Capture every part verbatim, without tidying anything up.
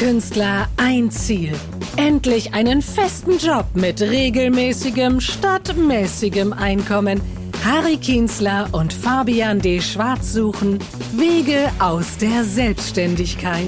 Harry-Künstler ein Ziel. Endlich einen festen Job mit regelmäßigem statt mäßigem Einkommen. Harry Kienzler und Fabian D. Schwarz suchen Wege aus der Selbstständigkeit.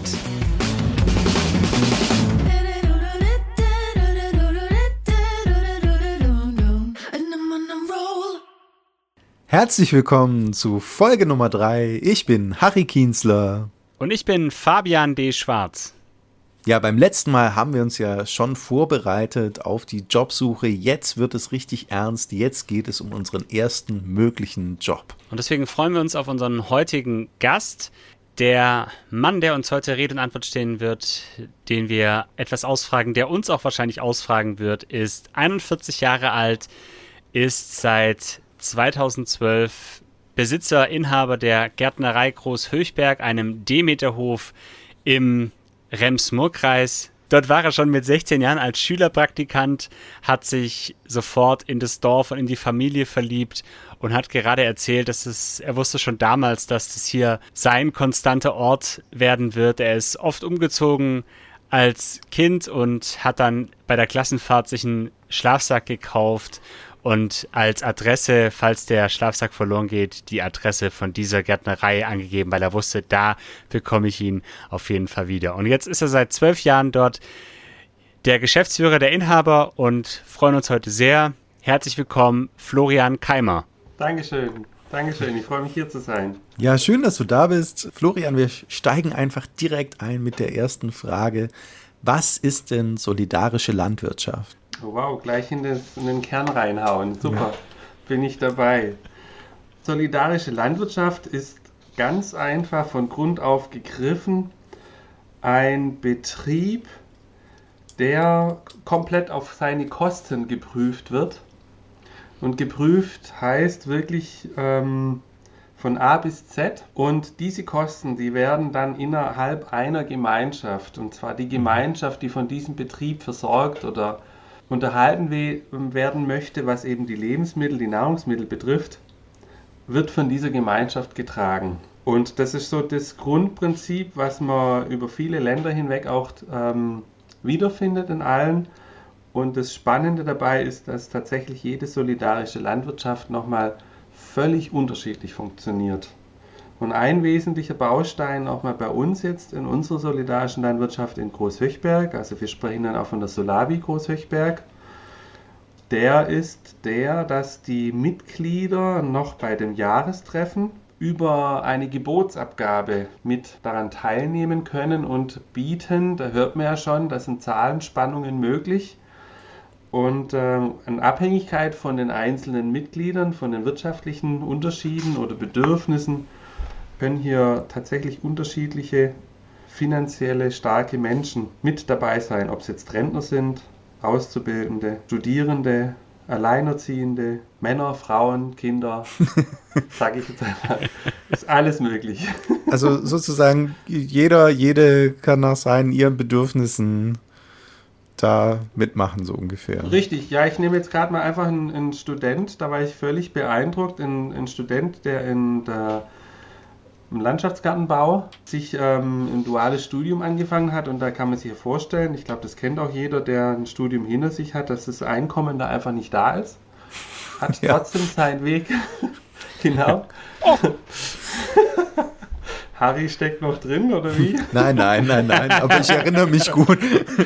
Herzlich willkommen zu Folge Nummer drei. Ich bin Harry Kienzler. Und ich bin Fabian D. Schwarz. Ja, beim letzten Mal haben wir uns ja schon vorbereitet auf die Jobsuche. Jetzt wird es richtig ernst. Jetzt geht es um unseren ersten möglichen Job. Und deswegen freuen wir uns auf unseren heutigen Gast. Der Mann, der uns heute Rede und Antwort stehen wird, den wir etwas ausfragen, der uns auch wahrscheinlich ausfragen wird, ist einundvierzig Jahre alt, ist seit zweitausendzwölf Besitzer, Inhaber der Gärtnerei Großhöchberg, einem Demeterhof im Rems-Murr-Kreis. Dort war er schon mit sechzehn Jahren als Schülerpraktikant, hat sich sofort in das Dorf und in die Familie verliebt und hat gerade erzählt, dass es, er wusste schon damals, dass das hier sein konstanter Ort werden wird. Er ist oft umgezogen als Kind und hat dann bei der Klassenfahrt sich einen Schlafsack gekauft und als Adresse, falls der Schlafsack verloren geht, die Adresse von dieser Gärtnerei angegeben, weil er wusste, da bekomme ich ihn auf jeden Fall wieder. Und jetzt ist er seit zwölf Jahren dort der Geschäftsführer, der Inhaber und freuen uns heute sehr. Herzlich willkommen, Florian Keimer. Dankeschön, Dankeschön, ich freue mich hier zu sein. Ja, schön, dass du da bist. Florian, wir steigen einfach direkt ein mit der ersten Frage. Was ist denn solidarische Landwirtschaft? Wow, gleich in, das, in den Kern reinhauen. Super, ja. Bin ich dabei. Solidarische Landwirtschaft ist ganz einfach von Grund auf gegriffen ein Betrieb, der komplett auf seine Kosten geprüft wird. Und geprüft heißt wirklich ähm, von A bis Z. Und diese Kosten, die werden dann innerhalb einer Gemeinschaft, und zwar die Gemeinschaft, die von diesem Betrieb versorgt oder unterhalten werden möchte, was eben die Lebensmittel, die Nahrungsmittel betrifft, wird von dieser Gemeinschaft getragen. Und das ist so das Grundprinzip, was man über viele Länder hinweg auch ähm, wiederfindet in allen. Und das Spannende dabei ist, dass tatsächlich jede solidarische Landwirtschaft nochmal völlig unterschiedlich funktioniert. Und ein wesentlicher Baustein auch mal bei uns jetzt in unserer solidarischen Landwirtschaft in Großhöchberg, also wir sprechen dann auch von der Solavi Großhöchberg, der ist der, dass die Mitglieder noch bei dem Jahrestreffen über eine Gebotsabgabe mit daran teilnehmen können und bieten. Da hört man ja schon, da sind Zahlenspannungen möglich. Und äh, in Abhängigkeit von den einzelnen Mitgliedern, von den wirtschaftlichen Unterschieden oder Bedürfnissen, können hier tatsächlich unterschiedliche finanzielle starke Menschen mit dabei sein, ob es jetzt Rentner sind, Auszubildende, Studierende, Alleinerziehende, Männer, Frauen, Kinder, sage ich jetzt einfach, ist alles möglich. Also sozusagen jeder, jede kann nach seinen ihren Bedürfnissen da mitmachen, so ungefähr. Richtig, ja, ich nehme jetzt gerade mal einfach einen, einen Student, da war ich völlig beeindruckt, ein, ein Student, der in der im Landschaftsgartenbau sich ähm, ein duales Studium angefangen hat, und da kann man sich ja vorstellen, ich glaube, das kennt auch jeder, der ein Studium hinter sich hat, dass das Einkommen da einfach nicht da ist. Hat ja trotzdem seinen Weg. Genau. Oh. Harry steckt noch drin, oder wie? Nein, nein, nein, nein, aber ich erinnere mich gut.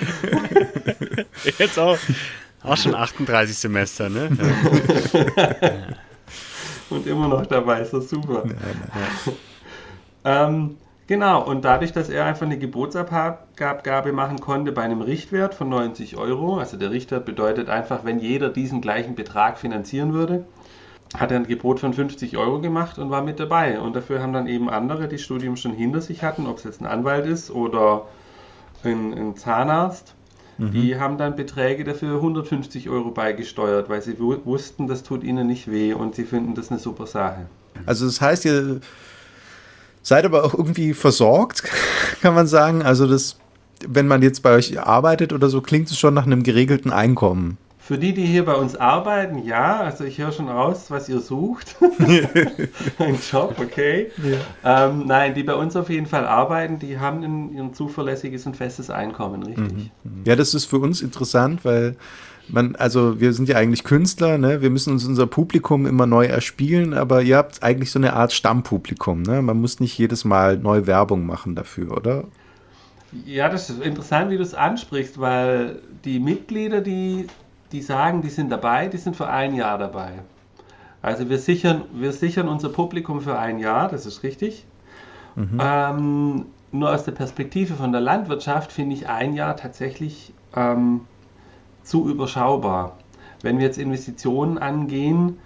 Jetzt auch, auch schon achtunddreißig Semester, ne? Ja. Und immer noch dabei, ist das super. Nein, nein. Ähm, genau, und dadurch, dass er einfach eine Gebotsabgabe machen konnte bei einem Richtwert von neunzig Euro, also der Richtwert bedeutet einfach, wenn jeder diesen gleichen Betrag finanzieren würde, hat er ein Gebot von fünfzig Euro gemacht und war mit dabei. Und dafür haben dann eben andere, die das Studium schon hinter sich hatten, ob es jetzt ein Anwalt ist oder ein, ein Zahnarzt, mhm. die haben dann Beträge dafür hundertfünfzig Euro beigesteuert, weil sie w- wussten, das tut ihnen nicht weh und sie finden das eine super Sache. Also das heißt, ihr seid aber auch irgendwie versorgt, kann man sagen. Also das, wenn man jetzt bei euch arbeitet oder so, klingt es schon nach einem geregelten Einkommen. Für die, die hier bei uns arbeiten, ja. Also ich höre schon raus, was ihr sucht. Ein Job, okay. Ja. Ähm, nein, die bei uns auf jeden Fall arbeiten, die haben ein, ein zuverlässiges und festes Einkommen, richtig. Ja, das ist für uns interessant, weil man, also wir sind ja eigentlich Künstler, ne? Wir müssen uns unser Publikum immer neu erspielen, aber ihr habt eigentlich so eine Art Stammpublikum, ne? Man muss nicht jedes Mal neu Werbung machen dafür, oder? Ja, das ist interessant, wie du es ansprichst, weil die Mitglieder, die die sagen, die sind dabei, die sind für ein Jahr dabei. Also wir sichern, wir sichern unser Publikum für ein Jahr, das ist richtig. Mhm. Ähm, nur aus der Perspektive von der Landwirtschaft finde ich ein Jahr tatsächlich ähm, zu überschaubar. Wenn wir jetzt Investitionen angehen,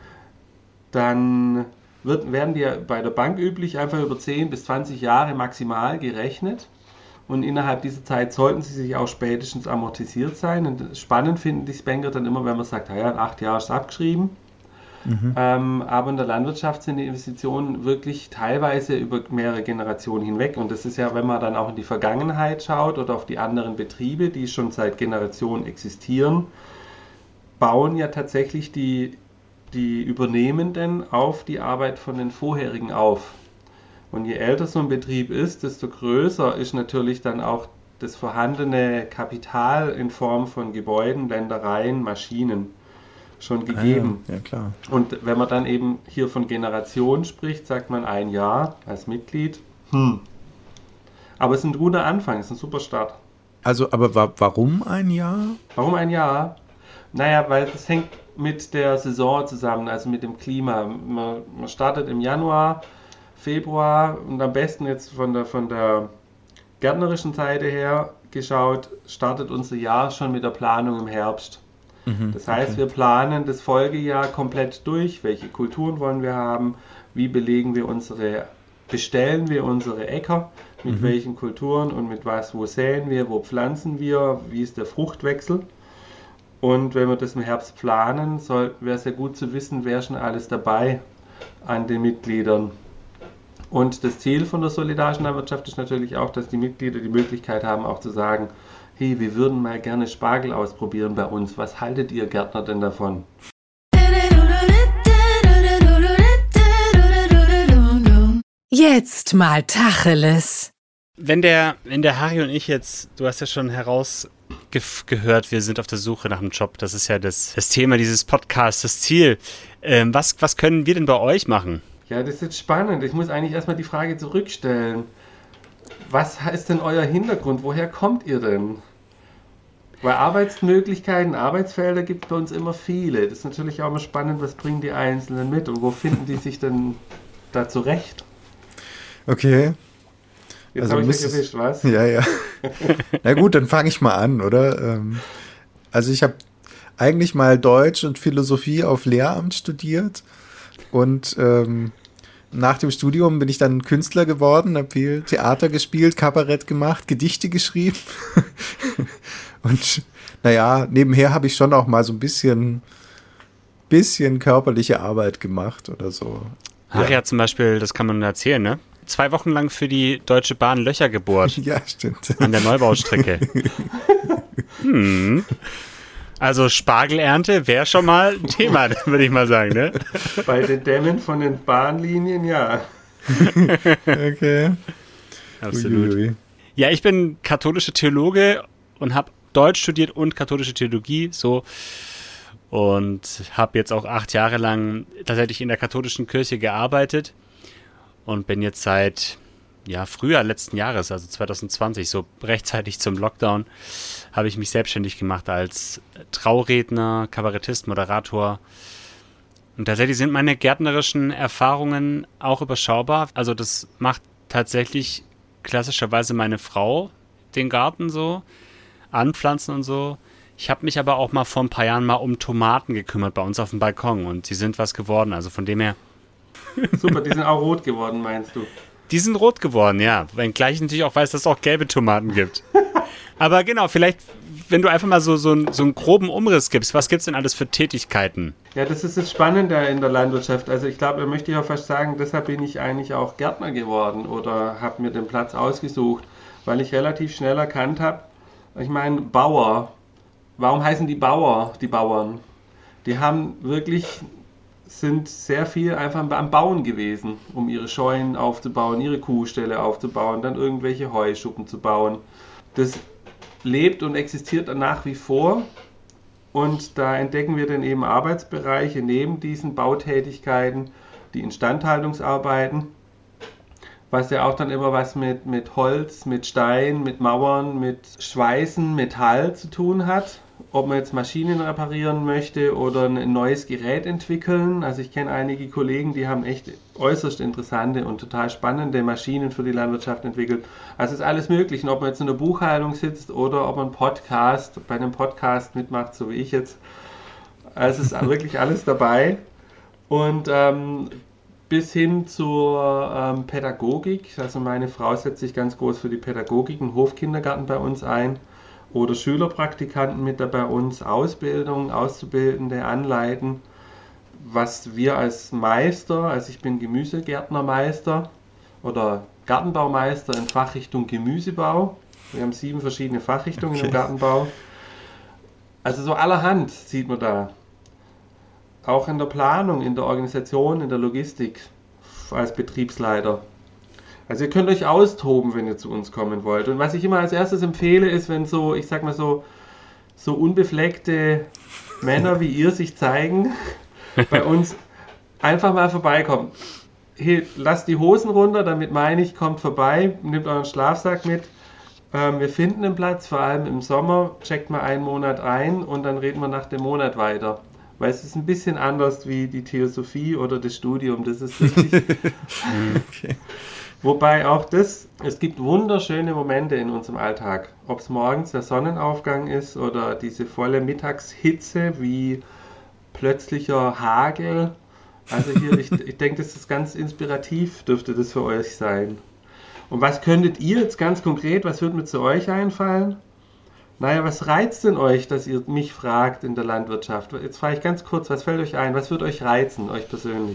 dann wird, werden die bei der Bank üblich einfach über zehn bis zwanzig Jahre maximal gerechnet. Und innerhalb dieser Zeit sollten sie sich auch spätestens amortisiert sein. Und spannend finden die Banker dann immer, wenn man sagt, ja, in acht Jahren ist es abgeschrieben. Mhm. Ähm, aber in der Landwirtschaft sind die Investitionen wirklich teilweise über mehrere Generationen hinweg. Und das ist ja, wenn man dann auch in die Vergangenheit schaut oder auf die anderen Betriebe, die schon seit Generationen existieren, bauen ja tatsächlich die, die Übernehmenden auf die Arbeit von den vorherigen auf. Und je älter so ein Betrieb ist, desto größer ist natürlich dann auch das vorhandene Kapital in Form von Gebäuden, Ländereien, Maschinen schon gegeben. Ah, ja, ja, klar. Und wenn man dann eben hier von Generation spricht, sagt man ein Jahr als Mitglied. Hm. Aber es ist ein guter Anfang, es ist ein super Start. Also, aber wa- warum ein Jahr? Warum ein Jahr? Naja, weil das hängt mit der Saison zusammen, also mit dem Klima. Man, man startet im Januar, Februar und am besten jetzt von der, von der gärtnerischen Seite her geschaut, startet unser Jahr schon mit der Planung im Herbst. Mhm, das heißt, okay. Wir planen das Folgejahr komplett durch. Welche Kulturen wollen wir haben? Wie belegen wir unsere, bestellen wir unsere Äcker? Mit mhm. welchen Kulturen und mit was? Wo säen wir? Wo pflanzen wir? Wie ist der Fruchtwechsel? Und wenn wir das im Herbst planen, wäre es ja gut zu wissen, wer schon alles dabei an den Mitgliedern. Und das Ziel von der solidarischen Landwirtschaft ist natürlich auch, dass die Mitglieder die Möglichkeit haben, auch zu sagen, hey, wir würden mal gerne Spargel ausprobieren bei uns. Was haltet ihr Gärtner denn davon? Jetzt mal Tacheles. Wenn der, wenn der Harry und ich jetzt, du hast ja schon herausgehört, wir sind auf der Suche nach einem Job. Das ist ja das, das Thema dieses Podcasts, das Ziel. Ähm, was, was können wir denn bei euch machen? Ja, das ist jetzt spannend. Ich muss eigentlich erstmal die Frage zurückstellen. Was ist denn euer Hintergrund? Woher kommt ihr denn? Weil Arbeitsmöglichkeiten, Arbeitsfelder gibt es bei uns immer viele. Das ist natürlich auch immer spannend, was bringen die Einzelnen mit und wo finden die sich denn da zurecht? Okay. Jetzt also habe ich euch erwischt, was? Ja, ja. Na gut, dann fange ich mal an, oder? Also ich habe eigentlich mal Deutsch und Philosophie auf Lehramt studiert und ähm, nach dem Studium bin ich dann Künstler geworden, habe viel Theater gespielt, Kabarett gemacht, Gedichte geschrieben. Und naja, nebenher habe ich schon auch mal so ein bisschen, bisschen körperliche Arbeit gemacht oder so. Harry ja. hat zum Beispiel, das kann man erzählen, ne? Zwei Wochen lang für die Deutsche Bahn Löcher gebohrt. Ja, stimmt. An der Neubaustrecke. hm. Also Spargelernte wäre schon mal ein Thema, würde ich mal sagen, ne? Bei den Dämmen von den Bahnlinien, ja. Okay. Absolut. Uiuiui. Ja, ich bin katholischer Theologe und habe Deutsch studiert und katholische Theologie, so. Und habe jetzt auch acht Jahre lang tatsächlich in der katholischen Kirche gearbeitet und bin jetzt seit ja, Frühjahr letzten Jahres, also zwanzig zwanzig, so rechtzeitig zum Lockdown, habe ich mich selbstständig gemacht als Trauredner, Kabarettist, Moderator. Und tatsächlich sind meine gärtnerischen Erfahrungen auch überschaubar. Also das macht tatsächlich klassischerweise meine Frau, den Garten so, anpflanzen und so. Ich habe mich aber auch mal vor ein paar Jahren mal um Tomaten gekümmert bei uns auf dem Balkon und die sind was geworden. Also von dem her. Super, die sind auch rot geworden, meinst du? Die sind rot geworden, ja. Wenngleich ich natürlich auch weiß, dass es auch gelbe Tomaten gibt. Aber genau, vielleicht, wenn du einfach mal so, so, so einen groben Umriss gibst, was gibt es denn alles für Tätigkeiten? Ja, das ist das Spannende in der Landwirtschaft. Also ich glaube, da möchte ich auch fast sagen, deshalb bin ich eigentlich auch Gärtner geworden oder habe mir den Platz ausgesucht, weil ich relativ schnell erkannt habe, ich meine, Bauer warum heißen die Bauer, die Bauern? Die haben wirklich, sind sehr viel einfach am Bauen gewesen, um ihre Scheunen aufzubauen, ihre Kuhställe aufzubauen, dann irgendwelche Heuschuppen zu bauen. Das lebt und existiert dann nach wie vor. Und da entdecken wir dann eben Arbeitsbereiche neben diesen Bautätigkeiten, die Instandhaltungsarbeiten, was ja auch dann immer was mit, mit Holz, mit Stein, mit Mauern, mit Schweißen, Metall zu tun hat. Ob man jetzt Maschinen reparieren möchte oder ein neues Gerät entwickeln. Also ich kenne einige Kollegen, die haben echt äußerst interessante und total spannende Maschinen für die Landwirtschaft entwickelt. Also es ist alles möglich. Und ob man jetzt in der Buchhaltung sitzt oder ob man einen Podcast, bei einem Podcast mitmacht, so wie ich jetzt. Also es ist wirklich alles dabei. Und ähm, bis hin zur ähm, Pädagogik. Also meine Frau setzt sich ganz groß für die Pädagogik im Hofkindergarten bei uns ein. Oder Schülerpraktikanten mit dabei uns, Ausbildung, Auszubildende anleiten, was wir als Meister, also ich bin Gemüsegärtnermeister oder Gartenbaumeister in Fachrichtung Gemüsebau. Wir haben sieben verschiedene Fachrichtungen okay. im Gartenbau. Also so allerhand sieht man da. Auch in der Planung, in der Organisation, in der Logistik als Betriebsleiter. Also ihr könnt euch austoben, wenn ihr zu uns kommen wollt. Und was ich immer als erstes empfehle, ist, wenn so, ich sag mal so, so unbefleckte Männer wie ihr sich zeigen, bei uns einfach mal vorbeikommen. Hey, lasst die Hosen runter, damit meine ich, kommt vorbei, nehmt euren Schlafsack mit. Ähm, wir finden einen Platz, vor allem im Sommer, checkt mal einen Monat ein und dann reden wir nach dem Monat weiter. Weil es ist ein bisschen anders wie die Theosophie oder das Studium, das ist richtig. Okay. Wobei auch das, es gibt wunderschöne Momente in unserem Alltag. Ob es morgens der Sonnenaufgang ist oder diese volle Mittagshitze wie plötzlicher Hagel. Also hier, ich, ich denke, das ist ganz inspirativ, dürfte das für euch sein. Und was könntet ihr jetzt ganz konkret, was würde mir zu euch einfallen? Naja, was reizt denn euch, dass ihr mich fragt in der Landwirtschaft? Jetzt frage ich ganz kurz, was fällt euch ein? Was würde euch reizen, euch persönlich?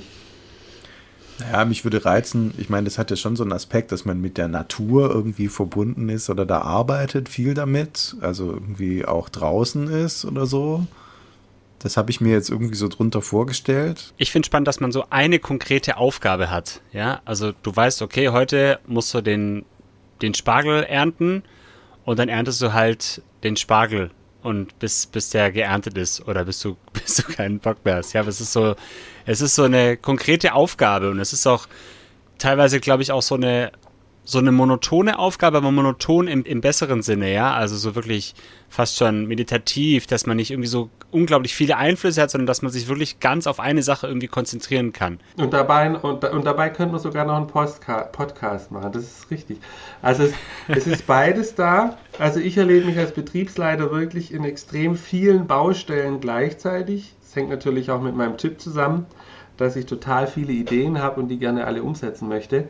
Naja, mich würde reizen, ich meine, das hat ja schon so einen Aspekt, dass man mit der Natur irgendwie verbunden ist oder da arbeitet viel damit, also irgendwie auch draußen ist oder so. Das habe ich mir jetzt irgendwie so drunter vorgestellt. Ich finde spannend, dass man so eine konkrete Aufgabe hat. Ja, also du weißt, okay, heute musst du den, den Spargel ernten und dann erntest du halt den Spargel und bis, bis der geerntet ist oder bis du, bis du keinen Bock mehr hast. Ja, aber es ist so, es ist so eine konkrete Aufgabe und es ist auch teilweise, glaube ich, auch so eine, so eine monotone Aufgabe, aber monoton im, im besseren Sinne, ja, also so wirklich fast schon meditativ, dass man nicht irgendwie so unglaublich viele Einflüsse hat, sondern dass man sich wirklich ganz auf eine Sache irgendwie konzentrieren kann. Und dabei, und, und dabei könnte man sogar noch einen Postka- Podcast machen, das ist richtig. Also es, es ist beides da, also ich erlebe mich als Betriebsleiter wirklich in extrem vielen Baustellen gleichzeitig. Das hängt natürlich auch mit meinem Typ zusammen, dass ich total viele Ideen habe und die gerne alle umsetzen möchte.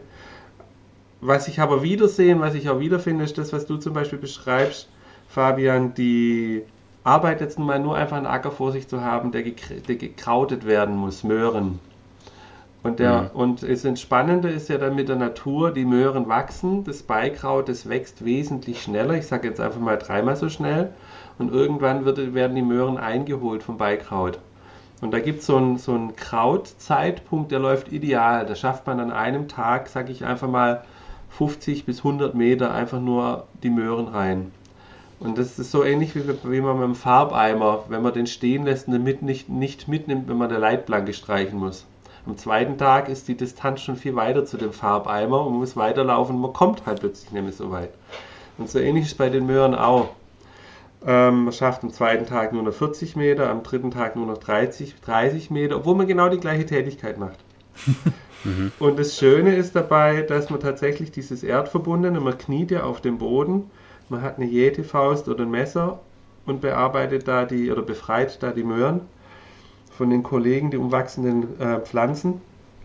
Was ich aber wiedersehe, was ich auch wiederfinde, ist das, was du zum Beispiel beschreibst, Fabian, die Arbeit jetzt nun mal nur einfach einen Acker vor sich zu haben, der, gekr- der gekrautet werden muss, Möhren. Und, der, mhm. und das Entspannende ist ja dann mit der Natur, die Möhren wachsen, das Beikraut, das wächst wesentlich schneller, ich sage jetzt einfach mal dreimal so schnell, und irgendwann wird, werden die Möhren eingeholt vom Beikraut. Und da gibt so es so einen Krautzeitpunkt, der läuft ideal, da schafft man an einem Tag, sage ich einfach mal, fünfzig bis hundert Meter einfach nur die Möhren rein. Und das ist so ähnlich wie, wie man mit dem Farbeimer, wenn man den stehen lässt und den mit nicht, nicht mitnimmt, wenn man der Leitplanke streichen muss. Am zweiten Tag ist die Distanz schon viel weiter zu dem Farbeimer und man muss weiterlaufen und man kommt halt plötzlich nicht mehr so weit. Und so ähnlich ist es bei den Möhren auch. Ähm, man schafft am zweiten Tag nur noch vierzig Meter, am dritten Tag nur noch dreißig, dreißig Meter, obwohl man genau die gleiche Tätigkeit macht. Mhm. Und das Schöne ist dabei, dass man tatsächlich dieses Erdverbundene, man kniet ja auf dem Boden, man hat eine Yeti-Faust oder ein Messer und bearbeitet da die, oder befreit da die Möhren von den Kollegen, die umwachsenden äh, Pflanzen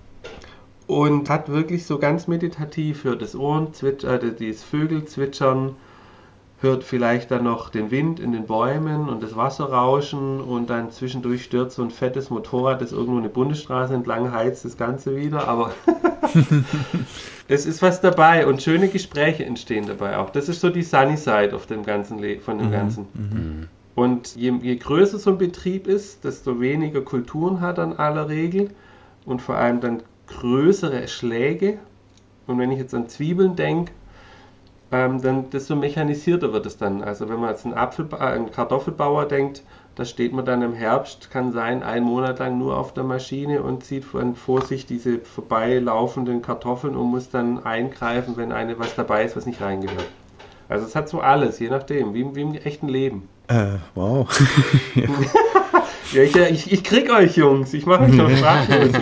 und hat wirklich so ganz meditativ, hört das Ohrenzwitschern, äh, das Vögelzwitschern, hört vielleicht dann noch den Wind in den Bäumen und das Wasser rauschen und dann zwischendurch stört so ein fettes Motorrad, das irgendwo eine Bundesstraße entlang heizt, das Ganze wieder, aber es ist was dabei und schöne Gespräche entstehen dabei auch. Das ist so die Sunny Side auf dem ganzen Le- von dem mhm. Ganzen. Mhm. Und je, je größer so ein Betrieb ist, desto weniger Kulturen hat er in aller Regel und vor allem dann größere Schläge. Und wenn ich jetzt an Zwiebeln denke, ähm, dann desto mechanisierter wird es dann. Also wenn man jetzt einen, Apfelba- äh, einen Kartoffelbauer denkt, da steht man dann im Herbst, kann sein, einen Monat lang nur auf der Maschine und sieht vor sich diese vorbeilaufenden Kartoffeln und muss dann eingreifen, wenn eine was dabei ist, was nicht reingehört. Also es hat so alles, je nachdem, wie, wie im echten Leben. Äh, wow. ja, ich, ich, ich krieg euch, Jungs, ich mache mich noch sprachlos.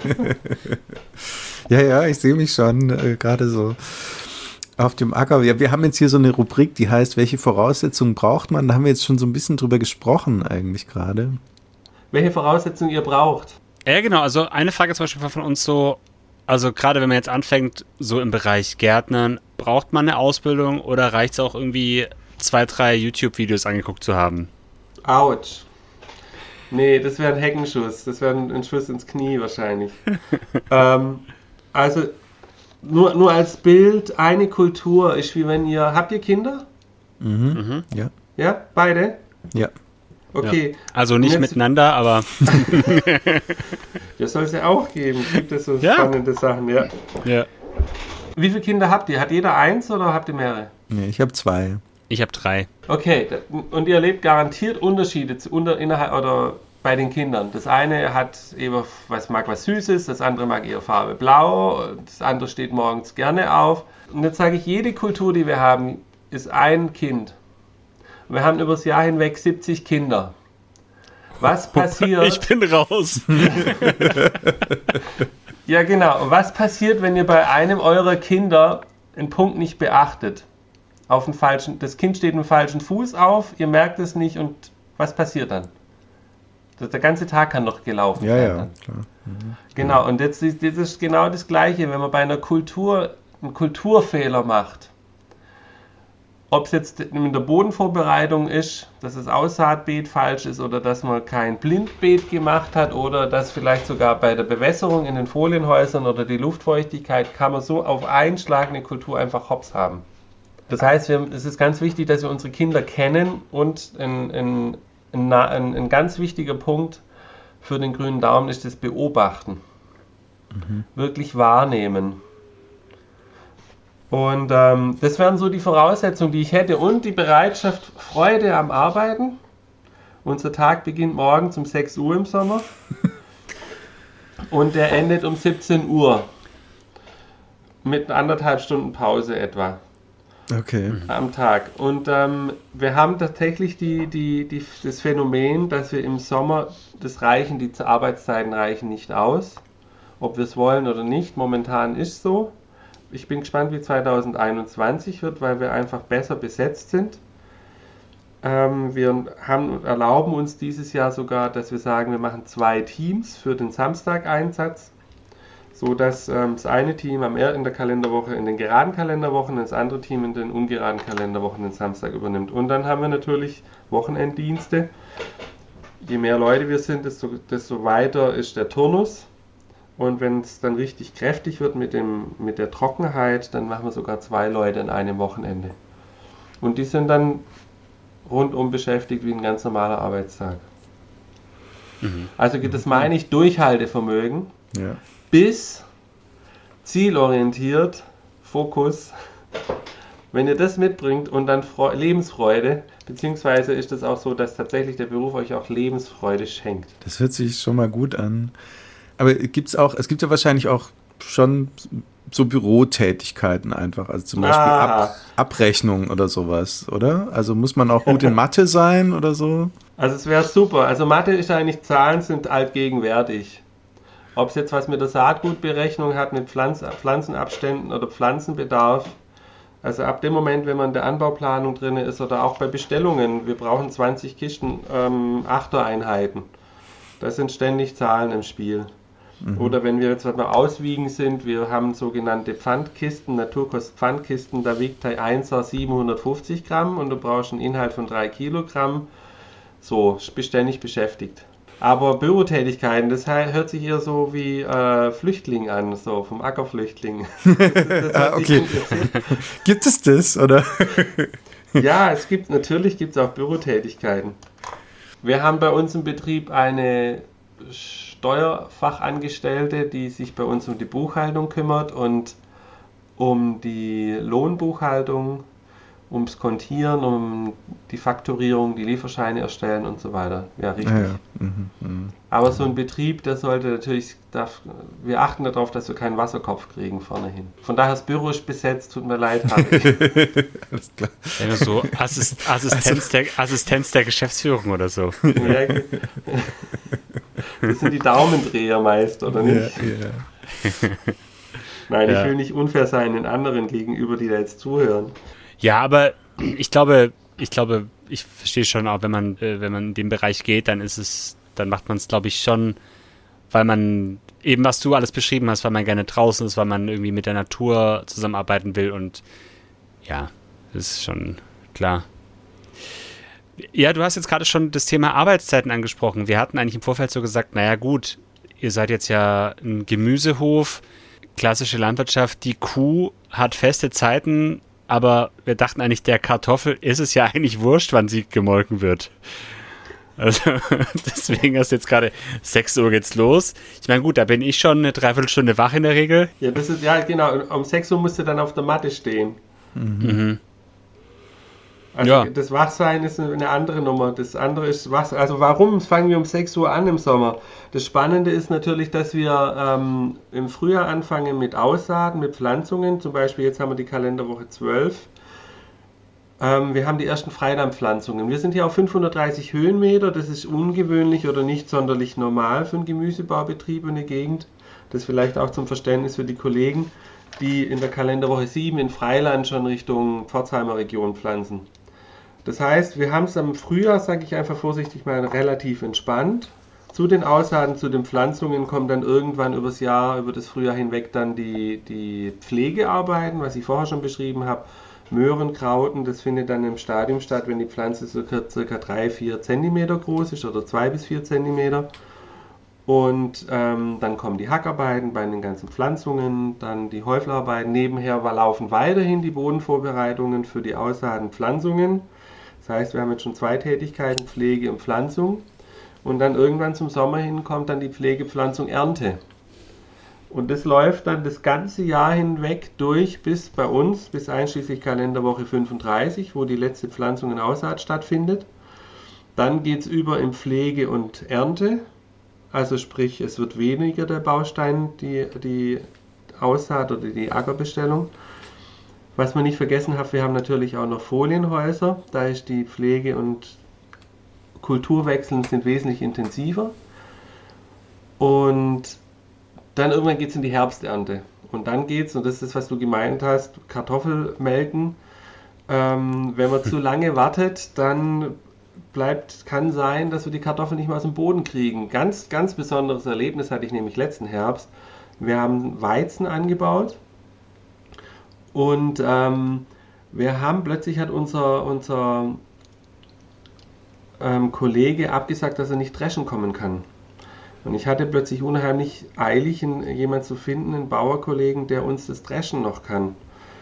ja, ja, ich sehe mich schon äh, gerade so auf dem Acker. Ja, wir haben jetzt hier so eine Rubrik, die heißt, welche Voraussetzungen braucht man? Da haben wir jetzt schon so ein bisschen drüber gesprochen eigentlich gerade. Welche Voraussetzungen ihr braucht? Ja, genau. Also eine Frage zum Beispiel war von uns so, also gerade wenn man jetzt anfängt, so im Bereich Gärtnern, braucht man eine Ausbildung oder reicht es auch irgendwie, zwei, drei YouTube-Videos angeguckt zu haben? Autsch. Nee, das wäre ein Heckenschuss. Das wäre ein, ein Schuss ins Knie wahrscheinlich. ähm, also Nur, nur als Bild, eine Kultur ist wie wenn ihr, habt ihr Kinder? Mhm. Mhm. Ja. Ja, beide? Ja. Okay. Ja. Also nicht jetzt, miteinander, aber... das soll es ja auch geben. Gibt es so ja. spannende Sachen, ja. Ja. Wie viele Kinder habt ihr? Hat jeder eins oder habt ihr mehrere? Nee, ich habe zwei. Ich habe drei. Okay, und ihr erlebt garantiert Unterschiede zu, unter, innerhalb oder bei den Kindern. Das eine hat eher was, mag was Süßes, das andere mag eher Farbe Blau, das andere steht morgens gerne auf. Und jetzt sage ich, jede Kultur, die wir haben, ist ein Kind. Wir haben übers Jahr hinweg siebzig Kinder. Was passiert? Ich bin raus. Ja, genau. Und was passiert, wenn ihr bei einem eurer Kinder einen Punkt nicht beachtet? Auf den falschen, das Kind steht mit dem falschen Fuß auf, ihr merkt es nicht und was passiert dann? Das, der ganze Tag kann doch gelaufen ja, sein. Ja, dann. klar. Mhm. Genau, und jetzt ist, das ist genau das Gleiche, wenn man bei einer Kultur einen Kulturfehler macht. Ob es jetzt in der Bodenvorbereitung ist, dass das Aussaatbeet falsch ist oder dass man kein Blindbeet gemacht hat oder dass vielleicht sogar bei der Bewässerung in den Folienhäusern oder die Luftfeuchtigkeit kann man so auf einen Schlag eine Kultur einfach hops haben. Das heißt, wir, es ist ganz wichtig, dass wir unsere Kinder kennen und ein, ein, ein, ein, ein ganz wichtiger Punkt für den grünen Daumen ist das Beobachten. Mhm. Wirklich wahrnehmen. Und ähm, das wären so die Voraussetzungen, die ich hätte. Und die Bereitschaft, Freude am Arbeiten. Unser Tag beginnt morgens um sechs Uhr im Sommer. Und der endet um siebzehn Uhr. Mit anderthalb Stunden Pause etwa. Okay. Am Tag. Und ähm, wir haben tatsächlich die, die, die, das Phänomen, dass wir im Sommer, das reichen, die Arbeitszeiten reichen nicht aus. Ob wir es wollen oder nicht, momentan ist so. Ich bin gespannt, wie zwanzig einundzwanzig wird, weil wir einfach besser besetzt sind. Ähm, wir haben, erlauben uns dieses Jahr sogar, dass wir sagen, wir machen zwei Teams für den Samstag-Einsatz, so dass ähm, das eine Team am, in der Kalenderwoche in den geraden Kalenderwochen, das andere Team in den ungeraden Kalenderwochen den Samstag übernimmt. Und dann haben wir natürlich Wochenenddienste. Je mehr Leute wir sind, desto, desto weiter ist der Turnus. Und wenn es dann richtig kräftig wird mit, dem, mit der Trockenheit, dann machen wir sogar zwei Leute an einem Wochenende. Und die sind dann rundum beschäftigt wie ein ganz normaler Arbeitstag. Mhm. Also das meine ich Durchhaltevermögen, ja. Bis zielorientiert, Fokus. Wenn ihr das mitbringt und dann Fre- Lebensfreude, beziehungsweise ist es auch so, dass tatsächlich der Beruf euch auch Lebensfreude schenkt. Das hört sich schon mal gut an. Aber gibt's auch, es gibt ja wahrscheinlich auch schon so Bürotätigkeiten einfach, also zum Beispiel ah. Ab, Abrechnungen oder sowas, oder? Also muss man auch gut in Mathe sein oder so? Also es wäre super. Also Mathe ist eigentlich, Zahlen sind altgegenwärtig. Ob es jetzt was mit der Saatgutberechnung hat, mit Pflanz, Pflanzenabständen oder Pflanzenbedarf. Also ab dem Moment, wenn man in der Anbauplanung drin ist oder auch bei Bestellungen, wir brauchen zwanzig Kisten ähm, Achtereinheiten. Da sind ständig Zahlen im Spiel. Mhm. Oder wenn wir jetzt mal auswiegen sind, wir haben sogenannte Pfandkisten, Naturkost-Pfandkisten, da wiegt der Einser siebenhundertfünfzig Gramm und du brauchst einen Inhalt von drei Kilogramm. So, beständig beschäftigt. Aber Bürotätigkeiten, das hört sich eher so wie äh, Flüchtling an, so vom Ackerflüchtling. Das, das ah, okay. Gibt es das, oder? Ja, es gibt, natürlich gibt es auch Bürotätigkeiten. Wir haben bei uns im Betrieb eine Steuerfachangestellte, die sich bei uns um die Buchhaltung kümmert und um die Lohnbuchhaltung, ums Kontieren, um die Fakturierung, die Lieferscheine erstellen und so weiter. Ja, richtig. Ja, ja. Mhm, mh. Aber so ein Betrieb, der sollte natürlich, darf, wir achten darauf, dass wir keinen Wasserkopf kriegen vorne hin. Von daher das Büro ist besetzt, tut mir leid, Harry. Alles klar. Ja, so Assist, Assistenz, der, Assistenz der Geschäftsführung oder so. Ja, das sind die Daumendreher meist, oder nicht? Ja, ja. Nein, Ja. ich will nicht unfair sein den anderen gegenüber, die da jetzt zuhören. Ja, aber ich glaube, ich glaube, ich verstehe schon auch, wenn man, äh, wenn man in den Bereich geht, dann ist es, dann macht man es, glaube ich, schon, weil man eben, was du alles beschrieben hast, weil man gerne draußen ist, weil man irgendwie mit der Natur zusammenarbeiten will und ja, das ist schon klar. Ja, du hast jetzt gerade schon das Thema Arbeitszeiten angesprochen. Wir hatten eigentlich im Vorfeld so gesagt, naja gut, ihr seid jetzt ja ein Gemüsehof, klassische Landwirtschaft, die Kuh hat feste Zeiten, aber wir dachten eigentlich, der Kartoffel ist es ja eigentlich wurscht, wann sie gemolken wird. Also deswegen hast du jetzt gerade sechs Uhr geht's los. Ich meine, gut, da bin ich schon eine Dreiviertelstunde wach in der Regel. Ja, das ist, ja genau, um sechs Uhr musst du dann auf der Matte stehen. Mhm. Also Ja. das Wachsein ist eine andere Nummer. Das andere ist was. Also warum fangen wir um sechs Uhr an im Sommer? Das Spannende ist natürlich, dass wir ähm, im Frühjahr anfangen mit Aussaaten, mit Pflanzungen. Zum Beispiel jetzt haben wir die Kalenderwoche zwölf. Ähm, wir haben die ersten Freilandpflanzungen. Wir sind hier auf fünfhundertdreißig Höhenmeter. Das ist ungewöhnlich oder nicht sonderlich normal für einen Gemüsebaubetrieb in der Gegend. Das vielleicht auch zum Verständnis für die Kollegen, die in der Kalenderwoche sieben in Freiland schon Richtung Pforzheimer Region pflanzen. Das heißt, wir haben es am Frühjahr, sage ich einfach vorsichtig mal, relativ entspannt. Zu den Aussaaten, zu den Pflanzungen kommen dann irgendwann übers Jahr, über das Frühjahr hinweg dann die, die Pflegearbeiten, was ich vorher schon beschrieben habe. Möhren, Krauten, das findet dann im Stadium statt, wenn die Pflanze so circa drei bis vier Zentimeter groß ist oder zwei bis vier Zentimeter. Und ähm, dann kommen die Hackarbeiten bei den ganzen Pflanzungen, dann die Häuflerarbeiten. Nebenher laufen weiterhin die Bodenvorbereitungen für die Aussaatenpflanzungen. Das heißt, wir haben jetzt schon zwei Tätigkeiten, Pflege und Pflanzung. Und dann irgendwann zum Sommer hin kommt dann die Pflegepflanzung Ernte. Und das läuft dann das ganze Jahr hinweg durch bis bei uns, bis einschließlich Kalenderwoche fünfunddreißig, wo die letzte Pflanzung in Aussaat stattfindet. Dann geht es über in Pflege und Ernte. Also sprich, es wird weniger der Baustein, die, die Aussaat oder die Ackerbestellung. Was man nicht vergessen hat, wir haben natürlich auch noch Folienhäuser. Da ist die Pflege und Kulturwechseln sind wesentlich intensiver. Und dann irgendwann geht es in die Herbsternte. Und dann geht es, und das ist das, was du gemeint hast, Kartoffelmelken. Ähm, wenn man zu lange wartet, dann bleibt, kann sein, dass wir die Kartoffeln nicht mehr aus dem Boden kriegen. Ganz, ganz besonderes Erlebnis hatte ich nämlich letzten Herbst. Wir haben Weizen angebaut und ähm, wir haben, plötzlich hat unser, unser ähm, Kollege abgesagt, dass er nicht dreschen kommen kann. Und ich hatte plötzlich unheimlich eilig, jemanden zu finden, einen Bauerkollegen, der uns das Dreschen noch kann.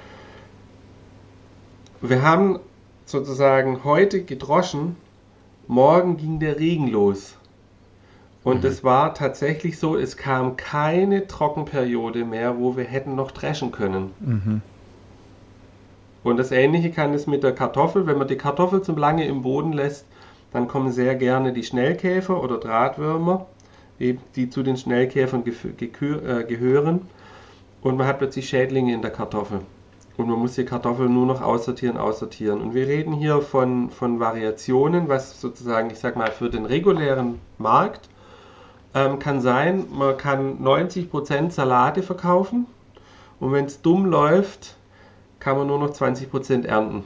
Wir haben sozusagen heute gedroschen, morgen ging der Regen los. Und es mhm. war tatsächlich so, es kam keine Trockenperiode mehr, wo wir hätten noch dreschen können. Mhm. Und das Ähnliche kann es mit der Kartoffel. Wenn man die Kartoffel zu lange im Boden lässt, dann kommen sehr gerne die Schnellkäfer oder Drahtwürmer, die zu den Schnellkäfern gehören. Und man hat plötzlich Schädlinge in der Kartoffel. Und man muss die Kartoffel nur noch aussortieren, aussortieren. Und wir reden hier von, von Variationen, was sozusagen, ich sag mal, für den regulären Markt ähm, kann sein, man kann neunzig Prozent Salate verkaufen und wenn es dumm läuft, kann man nur noch zwanzig Prozent ernten.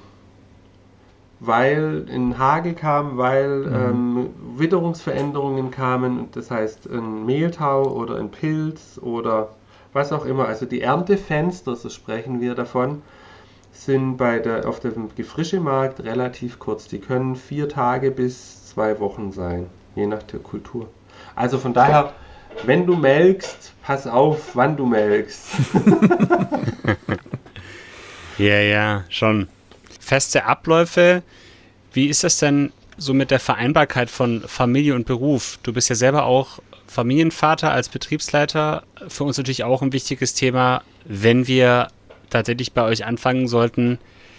Weil ein Hagel kam, weil mhm. ähm, Witterungsveränderungen kamen, das heißt ein Mehltau oder ein Pilz oder was auch immer. Also die Erntefenster, so sprechen wir davon, sind bei der, auf dem Gefrischemarkt relativ kurz. Die können vier Tage bis zwei Wochen sein, je nach der Kultur. Also von daher, wenn du melkst, pass auf, wann du melkst. Ja, ja, schon. feste Abläufe. Wie ist das denn so mit der Vereinbarkeit von Familie und Beruf? Du bist ja selber auch Familienvater als Betriebsleiter. Für uns natürlich auch ein wichtiges Thema, wenn wir tatsächlich bei euch anfangen sollten.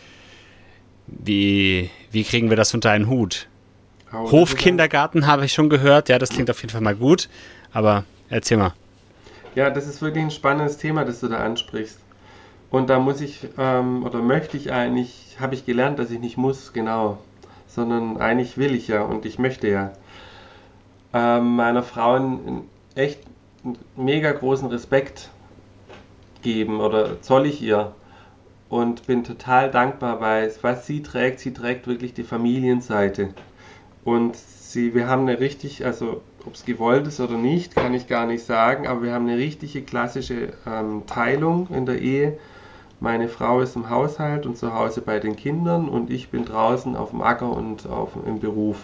Wie, wie kriegen wir das unter einen Hut? Oh, Hofkindergarten habe ich schon gehört. Ja, das klingt auf jeden Fall mal gut. Aber erzähl mal. Ja, das ist wirklich ein spannendes Thema, das du da ansprichst. Und da muss ich, ähm, oder möchte ich eigentlich, habe ich gelernt, dass ich nicht muss, genau. Sondern eigentlich will ich ja und ich möchte ja. Ähm, meiner Frau einen echt einen mega großen Respekt geben oder zoll ich ihr. Und bin total dankbar, weil was sie trägt, sie trägt wirklich die Familienseite. Und sie, wir haben eine richtig, also ob es gewollt ist oder nicht, kann ich gar nicht sagen, aber wir haben eine richtige klassische ähm, Teilung in der Ehe. Meine Frau ist im Haushalt und zu Hause bei den Kindern und ich bin draußen auf dem Acker und auf, im Beruf.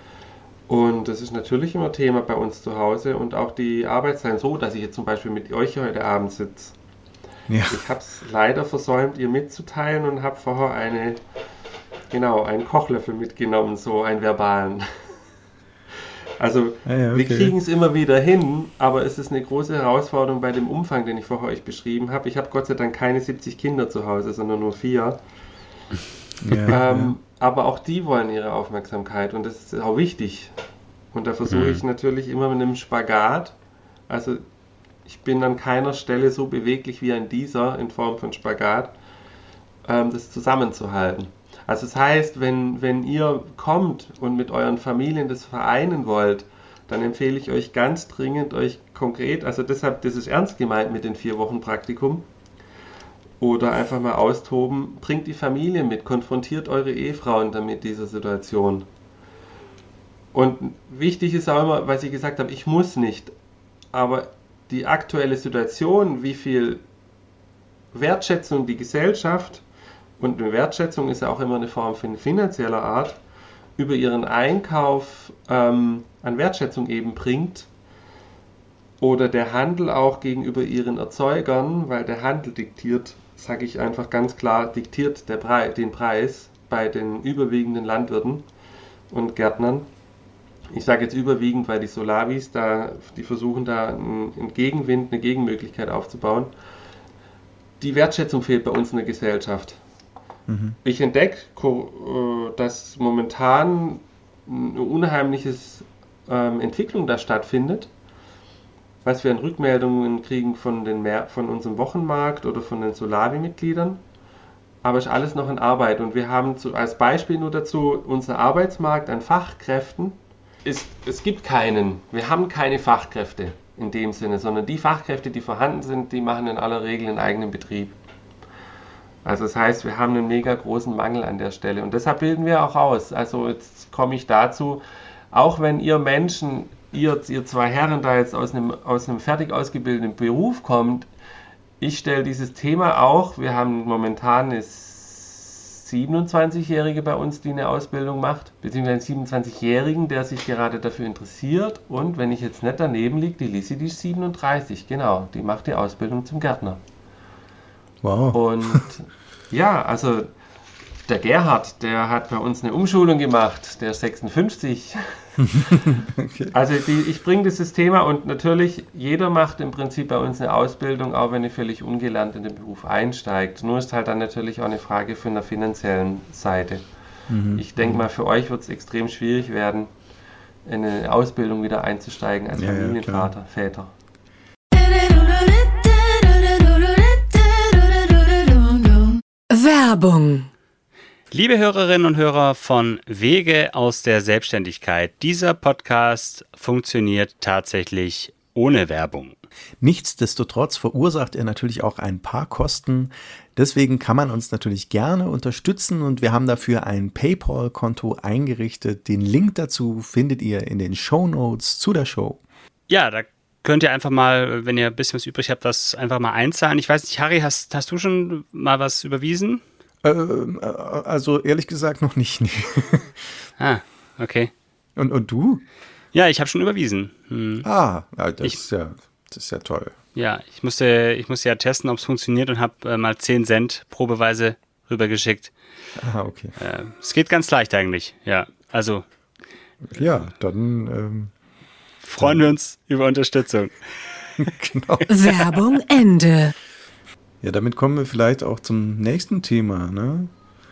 Und das ist natürlich immer Thema bei uns zu Hause und auch die Arbeitszeit so, dass ich jetzt zum Beispiel mit euch heute Abend sitze. Ja. Ich habe es leider versäumt, ihr mitzuteilen und habe vorher eine, genau, einen Kochlöffel mitgenommen, so einen verbalen. Also ah ja, okay. Wir kriegen es immer wieder hin, aber es ist eine große Herausforderung bei dem Umfang, den ich vorher euch beschrieben habe. Ich habe Gott sei Dank keine siebzig Kinder zu Hause, sondern nur vier. Ja, ähm, ja. Aber auch die wollen ihre Aufmerksamkeit und das ist auch wichtig. Und da versuche mhm. ich natürlich immer mit einem Spagat, also ich bin an keiner Stelle so beweglich wie an dieser in Form von Spagat, ähm, das zusammenzuhalten. Also das heißt, wenn, wenn ihr kommt und mit euren Familien das vereinen wollt, dann empfehle ich euch ganz dringend, euch konkret, also deshalb, das ist ernst gemeint mit den vier Wochen Praktikum, oder einfach mal austoben, bringt die Familie mit, konfrontiert eure Ehefrauen damit dieser Situation. Und wichtig ist auch immer, was ich gesagt habe, ich muss nicht, aber die aktuelle Situation, wie viel Wertschätzung die Gesellschaft, und eine Wertschätzung ist ja auch immer eine Form von finanzieller Art, über ihren Einkauf ähm, an Wertschätzung eben bringt. Oder der Handel auch gegenüber ihren Erzeugern, weil der Handel diktiert, sage ich einfach ganz klar, diktiert der Pre- den Preis bei den überwiegenden Landwirten und Gärtnern. Ich sage jetzt überwiegend, weil die Solavis, da, die versuchen da einen Gegenwind, eine Gegenmöglichkeit aufzubauen. Die Wertschätzung fehlt bei uns in der Gesellschaft. Ich entdecke, dass momentan eine unheimliche Entwicklung da stattfindet, was wir an Rückmeldungen kriegen von, den, von unserem Wochenmarkt oder von den Solavi-Mitgliedern. Aber es ist alles noch in Arbeit und wir haben zu, als Beispiel nur dazu, unser Arbeitsmarkt an Fachkräften, ist, es gibt keinen, wir haben keine Fachkräfte in dem Sinne, sondern die Fachkräfte, die vorhanden sind, die machen in aller Regel einen eigenen Betrieb. Also das heißt, wir haben einen mega großen Mangel an der Stelle und deshalb bilden wir auch aus. Also jetzt komme ich dazu, auch wenn ihr Menschen, ihr, ihr zwei Herren da jetzt aus einem, aus einem fertig ausgebildeten Beruf kommt, ich stelle dieses Thema auch, wir haben momentan eine siebenundzwanzigjährige bei uns, die eine Ausbildung macht, beziehungsweise einen siebenundzwanzigjährigen, der sich gerade dafür interessiert und wenn ich jetzt nicht daneben liege, die Lissi, die ist siebenunddreißig, genau, die macht die Ausbildung zum Gärtner. Wow. Und ja, also der Gerhard, der hat bei uns eine Umschulung gemacht, der ist sechsundfünfzig. Okay. Also die, ich bringe dieses Thema und natürlich, jeder macht im Prinzip bei uns eine Ausbildung, auch wenn er völlig ungelernt in den Beruf einsteigt. Nur ist halt dann natürlich auch eine Frage von der finanziellen Seite. Mhm. Ich denke mal, für euch wird es extrem schwierig werden, in eine Ausbildung wieder einzusteigen als ja, Familienvater, ja, Väter. Werbung. Liebe Hörerinnen und Hörer von Wege aus der Selbstständigkeit, dieser Podcast funktioniert tatsächlich ohne Werbung. Nichtsdestotrotz verursacht er natürlich auch ein paar Kosten. Deswegen kann man uns natürlich gerne unterstützen und wir haben dafür ein PayPal-Konto eingerichtet. Den Link dazu findet ihr in den Shownotes zu der Show. Ja, da könnt ihr einfach mal, wenn ihr ein bisschen was übrig habt, das einfach mal einzahlen. Ich weiß nicht, Harry, hast, hast du schon mal was überwiesen? Äh, also ehrlich gesagt noch nicht. Nee. Ah, okay. Und, und du? Ja, ich habe schon überwiesen. Hm. Ah, ja, das, ich, ist ja, das ist ja toll. Ja, ich musste, ich musste ja testen, ob es funktioniert und habe äh, mal zehn Cent probeweise rübergeschickt. Ah, okay. Äh, es geht ganz leicht eigentlich, ja. Also. Ja, dann ähm, freuen wir uns über Unterstützung. Genau. Werbung Ende. Ja, damit kommen wir vielleicht auch zum nächsten Thema, ne?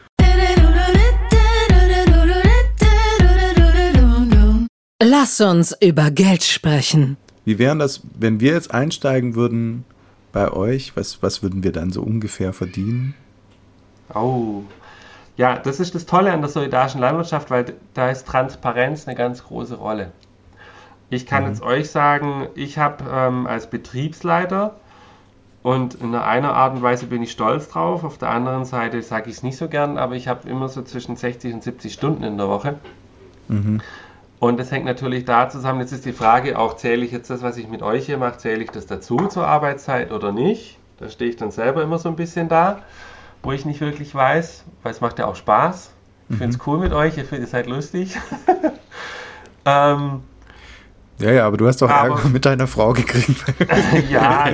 Lass uns über Geld sprechen. Wie wäre das, wenn wir jetzt einsteigen würden bei euch? Was, was würden wir dann so ungefähr verdienen? Oh, ja, das ist das Tolle an der solidarischen Landwirtschaft, weil da ist Transparenz eine ganz große Rolle. Ich kann mhm. jetzt euch sagen, ich habe ähm, als Betriebsleiter, und in einer Art und Weise bin ich stolz drauf, auf der anderen Seite sage ich es nicht so gern, aber ich habe immer so zwischen sechzig und siebzig Stunden in der Woche. Mhm. Und das hängt natürlich da zusammen, jetzt ist die Frage auch, zähle ich jetzt das, was ich mit euch hier mache, zähle ich das dazu zur Arbeitszeit oder nicht? Da stehe ich dann selber immer so ein bisschen da, wo ich nicht wirklich weiß, weil es macht ja auch Spaß. Ich mhm. finde es cool mit euch, ich finde, ihr seid lustig. ähm, ja, ja, aber du hast doch aber, Ärger mit deiner Frau gekriegt. Ja,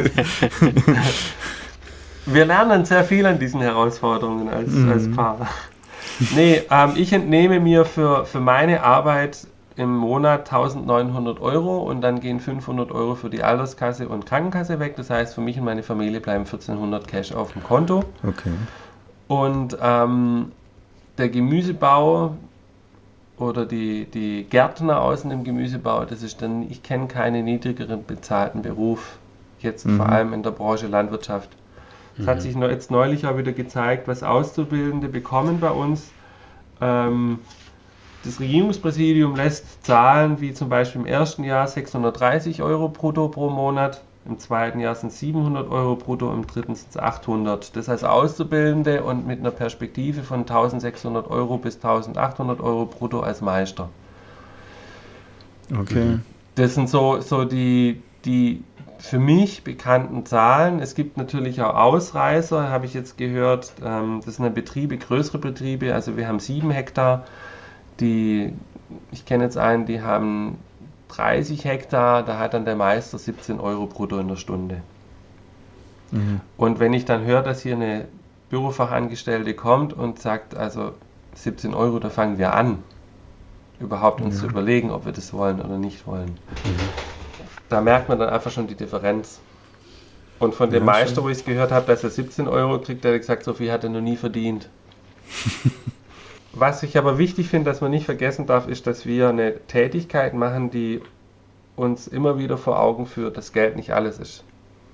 wir lernen sehr viel an diesen Herausforderungen als, mhm. als Paar. Nee, ähm, ich entnehme mir für, für meine Arbeit im Monat eintausendneunhundert Euro und dann gehen fünfhundert Euro für die Alterskasse und Krankenkasse weg. Das heißt, für mich und meine Familie bleiben vierzehnhundert Cash auf dem Konto. Okay. Und ähm, der Gemüsebau oder die, die Gärtner außen im Gemüsebau, das ist dann, ich kenne keinen niedrigeren bezahlten Beruf, jetzt mhm. vor allem in der Branche Landwirtschaft. Es mhm. hat sich jetzt neulich auch wieder gezeigt, was Auszubildende bekommen bei uns. Ähm, Das Regierungspräsidium lässt Zahlen wie zum Beispiel im ersten Jahr sechshundertdreißig Euro brutto pro Monat, im zweiten Jahr sind es siebenhundert Euro brutto, im dritten sind es achthundert. Das heißt Auszubildende und mit einer Perspektive von tausendsechshundert Euro bis eintausendachthundert Euro brutto als Meister. Okay. Das sind so, so die, die für mich bekannten Zahlen. Es gibt natürlich auch Ausreißer, habe ich jetzt gehört. Das sind Betriebe, größere Betriebe, also wir haben sieben Hektar. Die, ich kenne jetzt einen, die haben dreißig Hektar, da hat dann der Meister siebzehn Euro brutto in der Stunde. Mhm. Und wenn ich dann höre, dass hier eine Bürofachangestellte kommt und sagt, also siebzehn Euro, da fangen wir an, überhaupt uns ja. zu überlegen, ob wir das wollen oder nicht wollen. Mhm. Da merkt man dann einfach schon die Differenz. Und von dem ja, Meister, schon. wo ich es gehört habe, dass er siebzehn Euro kriegt, der hat gesagt, so viel hat er noch nie verdient. Was ich aber wichtig finde, dass man nicht vergessen darf, ist, dass wir eine Tätigkeit machen, die uns immer wieder vor Augen führt, dass Geld nicht alles ist.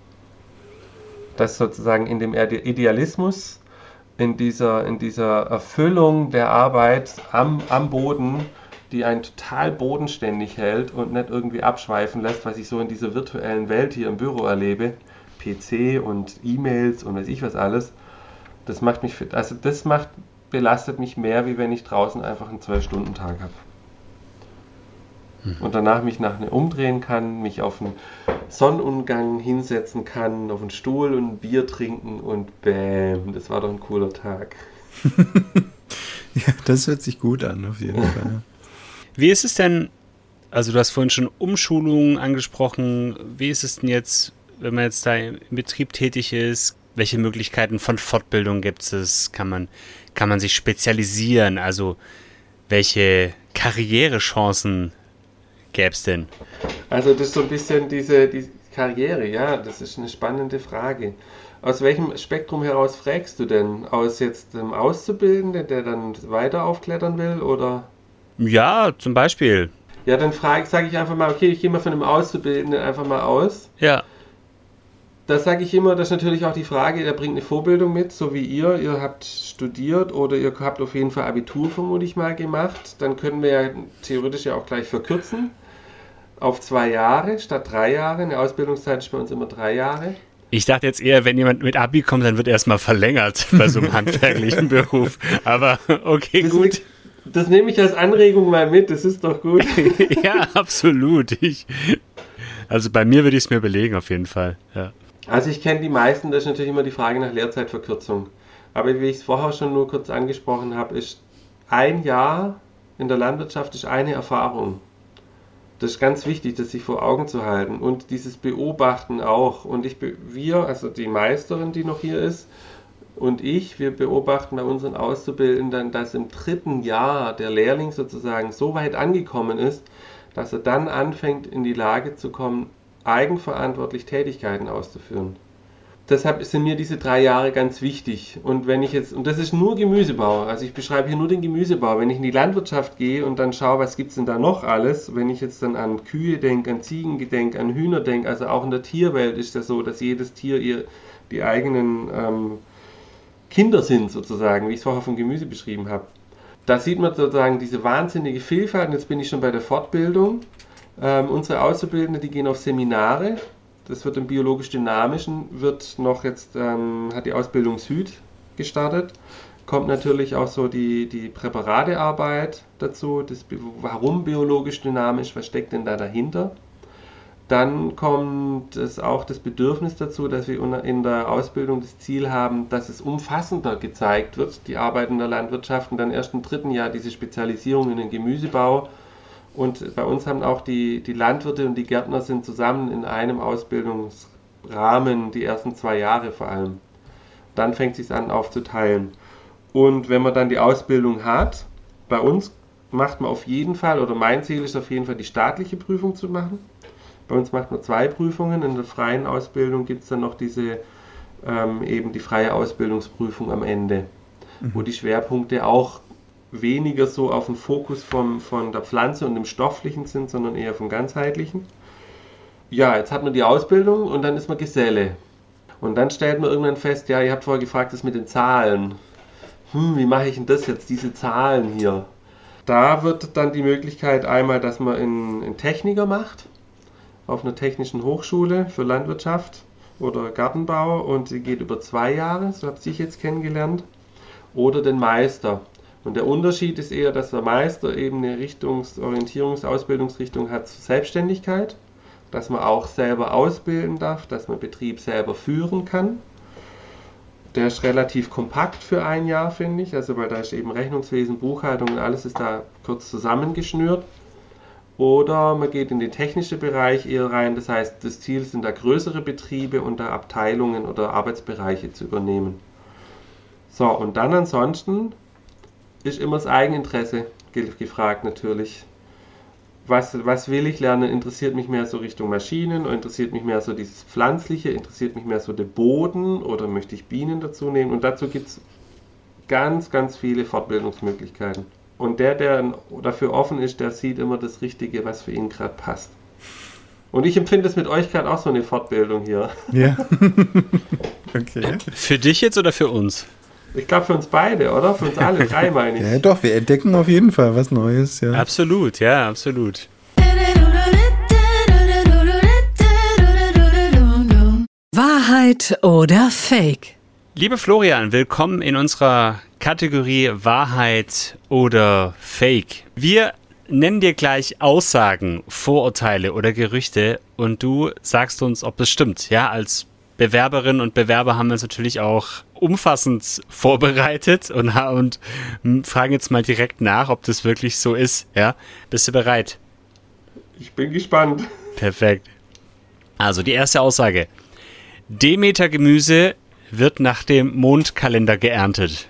Dass sozusagen in dem Idealismus, in dieser, in dieser Erfüllung der Arbeit am, am Boden, die einen total bodenständig hält und nicht irgendwie abschweifen lässt, was ich so in dieser virtuellen Welt hier im Büro erlebe, P C und E-Mails und weiß ich was alles, das macht mich, also das macht belastet mich mehr, wie wenn ich draußen einfach einen zwölf-Stunden-Tag habe. Mhm. Und danach mich nach ne umdrehen kann, mich auf einen Sonnenuntergang hinsetzen kann, auf einen Stuhl und ein Bier trinken und bäm, das war doch ein cooler Tag. Ja, das hört sich gut an, auf jeden Fall. Wie ist es denn, also du hast vorhin schon Umschulungen angesprochen, wie ist es denn jetzt, wenn man jetzt da im Betrieb tätig ist, welche Möglichkeiten von Fortbildung gibt es, kann man Kann man sich spezialisieren? Also welche Karrierechancen gäbe es denn? Also das ist so ein bisschen diese, die Karriere, ja, das ist eine spannende Frage. Aus welchem Spektrum heraus fragst du denn? Aus jetzt dem Auszubildenden, der dann weiter aufklettern will, oder? Ja, zum Beispiel. Ja, dann sage ich einfach mal, okay, ich gehe mal von einem Auszubildenden einfach mal aus. Ja. Da sage ich immer, das ist natürlich auch die Frage, der bringt eine Vorbildung mit, so wie ihr. Ihr habt studiert oder ihr habt auf jeden Fall Abitur vermutlich mal gemacht. Dann können wir ja theoretisch ja auch gleich verkürzen auf zwei Jahre statt drei Jahre. Eine Ausbildungszeit ist bei uns immer drei Jahre. Ich dachte jetzt eher, wenn jemand mit Abi kommt, dann wird er erstmal verlängert bei so einem handwerklichen Beruf. Aber okay, das gut. Ne, das nehme ich als Anregung mal mit, das ist doch gut. Ja, absolut. Ich, also bei mir würde ich es mir überlegen, auf jeden Fall, ja. Also ich kenne die meisten, das ist natürlich immer die Frage nach Lehrzeitverkürzung. Aber wie ich es vorher schon nur kurz angesprochen habe, ist ein Jahr in der Landwirtschaft ist eine Erfahrung. Das ist ganz wichtig, das sich vor Augen zu halten. Und dieses Beobachten auch. Und ich, wir, also die Meisterin, die noch hier ist, und ich, wir beobachten bei unseren Auszubildenden, dass im dritten Jahr der Lehrling sozusagen so weit angekommen ist, dass er dann anfängt, in die Lage zu kommen, eigenverantwortlich Tätigkeiten auszuführen. Deshalb sind mir diese drei Jahre ganz wichtig. Und wenn ich jetzt, und das ist nur Gemüsebau, also ich beschreibe hier nur den Gemüsebau, wenn ich in die Landwirtschaft gehe und dann schaue, was gibt es denn da noch alles, wenn ich jetzt dann an Kühe denke, an Ziegen denke, an Hühner denke, also auch in der Tierwelt ist das so, dass jedes Tier ihr die eigenen ähm, Kinder sind sozusagen, wie ich es vorher vom Gemüse beschrieben habe. Da sieht man sozusagen diese wahnsinnige Vielfalt. Und jetzt bin ich schon bei der Fortbildung. Ähm, unsere Auszubildenden, die gehen auf Seminare. Das wird im biologisch-dynamischen, wird noch jetzt, ähm, hat die Ausbildung Süd gestartet. Kommt natürlich auch so die, die Präparatearbeit dazu. Das, warum biologisch-dynamisch? Was steckt denn da dahinter? Dann kommt es auch das Bedürfnis dazu, dass wir in der Ausbildung das Ziel haben, dass es umfassender gezeigt wird, die Arbeit in der Landwirtschaft, und dann erst im dritten Jahr diese Spezialisierung in den Gemüsebau. Und bei uns haben auch die, die Landwirte und die Gärtner sind zusammen in einem Ausbildungsrahmen, die ersten zwei Jahre vor allem. Dann fängt es sich an aufzuteilen. Und wenn man dann die Ausbildung hat, bei uns macht man auf jeden Fall, oder mein Ziel ist auf jeden Fall, die staatliche Prüfung zu machen. Bei uns macht man zwei Prüfungen. In der freien Ausbildung gibt es dann noch diese, ähm, eben die freie Ausbildungsprüfung am Ende, mhm. wo die Schwerpunkte auch weniger so auf den Fokus vom, von der Pflanze und dem Stofflichen sind, sondern eher vom Ganzheitlichen. Ja, jetzt hat man die Ausbildung und dann ist man Geselle. Und dann stellt man irgendwann fest, ja, ihr habt vorher gefragt, das mit den Zahlen. Hm, wie mache ich denn das jetzt, diese Zahlen hier? Da wird dann die Möglichkeit einmal, dass man einen, einen Techniker macht, auf einer technischen Hochschule für Landwirtschaft oder Gartenbau, und die geht über zwei Jahre, so habe ich jetzt kennengelernt, oder den Meister. Und der Unterschied ist eher, dass der Meister eben eine Richtungs-, Orientierungs-, Ausbildungsrichtung hat zur Selbstständigkeit, dass man auch selber ausbilden darf, dass man Betrieb selber führen kann. Der ist relativ kompakt für ein Jahr, finde ich, also weil da ist eben Rechnungswesen, Buchhaltung und alles ist da kurz zusammengeschnürt. Oder man geht in den technischen Bereich eher rein, das heißt, das Ziel sind da größere Betriebe und da Abteilungen oder Arbeitsbereiche zu übernehmen. So, und dann ansonsten ist immer das Eigeninteresse gefragt natürlich. Was, was will ich lernen? Interessiert mich mehr so Richtung Maschinen oder interessiert mich mehr so dieses Pflanzliche? Interessiert mich mehr so der Boden oder möchte ich Bienen dazu nehmen? Und dazu gibt es ganz, ganz viele Fortbildungsmöglichkeiten. Und der, der dafür offen ist, der sieht immer das Richtige, was für ihn gerade passt. Und ich empfinde es mit euch gerade auch so eine Fortbildung hier. Ja. Okay. Für dich jetzt oder für uns? Ich glaube für uns beide, oder? Für uns alle drei, meine ich. Ja, doch, wir entdecken auf jeden Fall was Neues. Ja. Absolut, ja, absolut. Wahrheit oder Fake? Liebe Florian, willkommen in unserer Kategorie Wahrheit oder Fake. Wir nennen dir gleich Aussagen, Vorurteile oder Gerüchte und du sagst uns, ob das stimmt. Ja, als Bewerberinnen und Bewerber haben wir uns natürlich auch umfassend vorbereitet und, und fragen jetzt mal direkt nach, ob das wirklich so ist. Ja, bist du bereit? Ich bin gespannt. Perfekt. Also die erste Aussage. Demeter-Gemüse wird nach dem Mondkalender geerntet.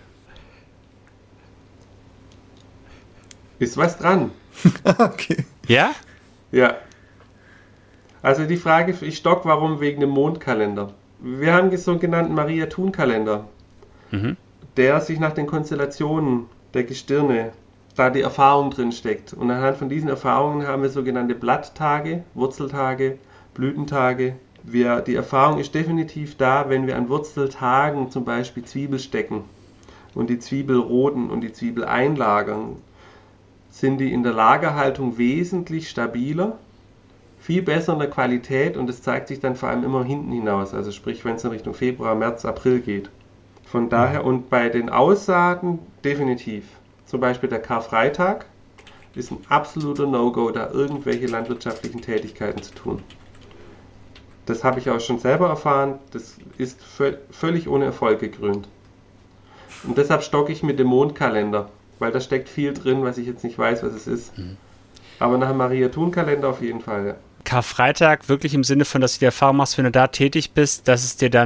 Ist was dran? Okay. Ja? Ja. Also die Frage, ich stock, warum wegen dem Mondkalender? Wir haben den sogenannten Maria-Thun-Kalender, mhm. der sich nach den Konstellationen der Gestirne, da die Erfahrung drin steckt. Und anhand von diesen Erfahrungen haben wir sogenannte Blatttage, Wurzeltage, Blütentage. Wir, die Erfahrung ist definitiv da, wenn wir an Wurzeltagen zum Beispiel Zwiebel stecken und die Zwiebel roden und die Zwiebel einlagern, sind die in der Lagerhaltung wesentlich stabiler, viel besser in der Qualität und es zeigt sich dann vor allem immer hinten hinaus, also sprich, wenn es in Richtung Februar, März, April geht. Von daher, und bei den Aussaaten definitiv. Zum Beispiel der Karfreitag ist ein absoluter No-Go, da irgendwelche landwirtschaftlichen Tätigkeiten zu tun. Das habe ich auch schon selber erfahren, das ist völlig ohne Erfolg gekrönt. Und deshalb stocke ich mit dem Mondkalender, weil da steckt viel drin, was ich jetzt nicht weiß, was es ist. Mhm. Aber nach dem Maria-Thun-Kalender auf jeden Fall, ja. Karfreitag wirklich im Sinne von, dass du die Erfahrung machst, wenn du da tätig bist, dass es dir dann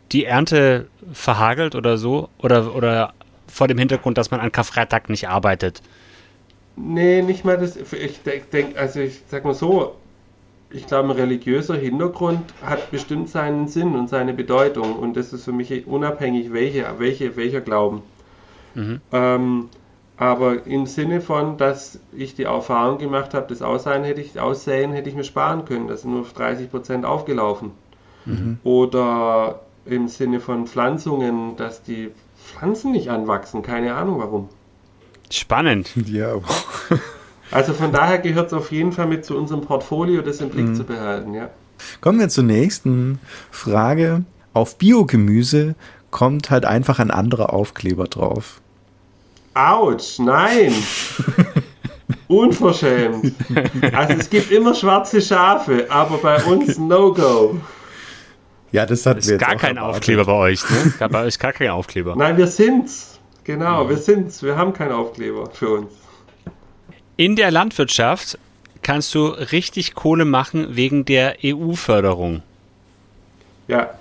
die Ernte verhagelt oder so? Oder, oder vor dem Hintergrund, dass man an Karfreitag nicht arbeitet? Nee, nicht mal das. Ich denke, also ich sag mal so, ich glaube, ein religiöser Hintergrund hat bestimmt seinen Sinn und seine Bedeutung. Und das ist für mich unabhängig, welche, welche, welcher Glauben. Mhm. Ähm, aber im Sinne von, dass ich die Erfahrung gemacht habe, das Aussäen hätte ich, Aussäen hätte ich mir sparen können. Das sind nur auf dreißig Prozent aufgelaufen. Mhm. Oder im Sinne von Pflanzungen, dass die Pflanzen nicht anwachsen. Keine Ahnung warum. Spannend. Ja. Also von daher gehört es auf jeden Fall mit zu unserem Portfolio, das im Blick mhm. zu behalten, ja. Kommen wir zur nächsten Frage. Auf Biogemüse kommt halt einfach ein anderer Aufkleber drauf. Autsch, nein! Unverschämt. Also es gibt immer schwarze Schafe, aber bei uns No-Go. Ja, das hat wir jetzt gar kein erwartet. Aufkleber bei euch, ne? Gab bei euch gar kein Aufkleber. Nein, wir sind's. Genau, ja. wir sind's. Wir haben keinen Aufkleber für uns. In der Landwirtschaft kannst du richtig Kohle machen wegen der E U-Förderung. Ja.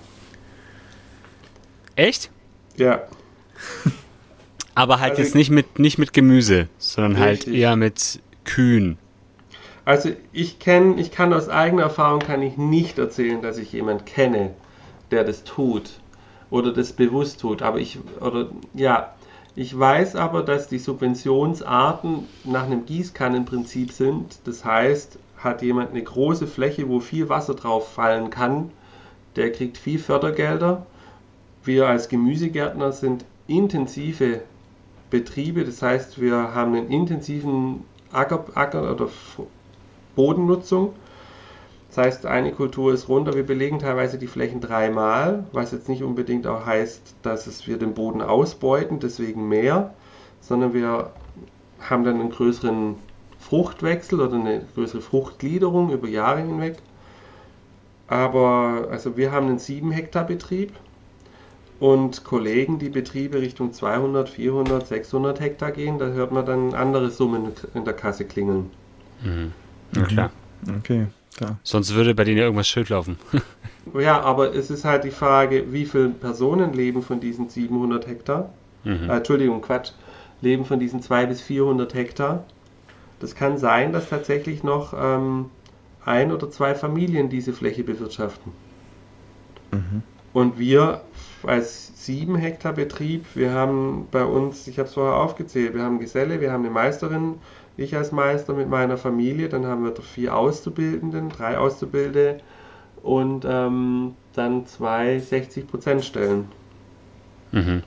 Echt? Ja. Aber halt also, jetzt nicht mit, nicht mit Gemüse, sondern richtig. halt eher mit Kühen. Also ich kenne, ich kann aus eigener Erfahrung kann ich nicht erzählen, dass ich jemanden kenne, der das tut oder das bewusst tut. Aber ich, oder ja, ich weiß aber, dass die Subventionsarten nach einem Gießkannenprinzip sind. Das heißt, hat jemand eine große Fläche, wo viel Wasser drauf fallen kann, der kriegt viel Fördergelder. Wir als Gemüsegärtner sind intensive Betriebe, das heißt, wir haben einen intensiven Acker, Acker oder Bodennutzung. Das heißt, eine Kultur ist runter, wir belegen teilweise die Flächen dreimal, was jetzt nicht unbedingt auch heißt, dass es wir den Boden ausbeuten, deswegen mehr, sondern wir haben dann einen größeren Fruchtwechsel oder eine größere Fruchtgliederung über Jahre hinweg. Aber also wir haben einen sieben Hektar Betrieb und Kollegen, die Betriebe Richtung zweihundert, vierhundert, sechshundert Hektar gehen, da hört man dann andere Summen in der Kasse klingeln. Mhm. Ja, klar. Okay, klar. Sonst würde bei denen ja irgendwas schief laufen. Ja, aber es ist halt die Frage, wie viele Personen leben von diesen siebenhundert Hektar? Mhm. Äh, Entschuldigung, Quatsch. Leben von diesen zweihundert bis vierhundert Hektar. Das kann sein, dass tatsächlich noch ähm, ein oder zwei Familien diese Fläche bewirtschaften. Mhm. Und wir als sieben Hektar Betrieb, wir haben bei uns, ich habe es vorher aufgezählt, wir haben Geselle, wir haben eine Meisterin, ich als Meister mit meiner Familie, dann haben wir vier Auszubildenden, drei Auszubildende und ähm, dann zwei sechzig Prozent Stellen. Mhm.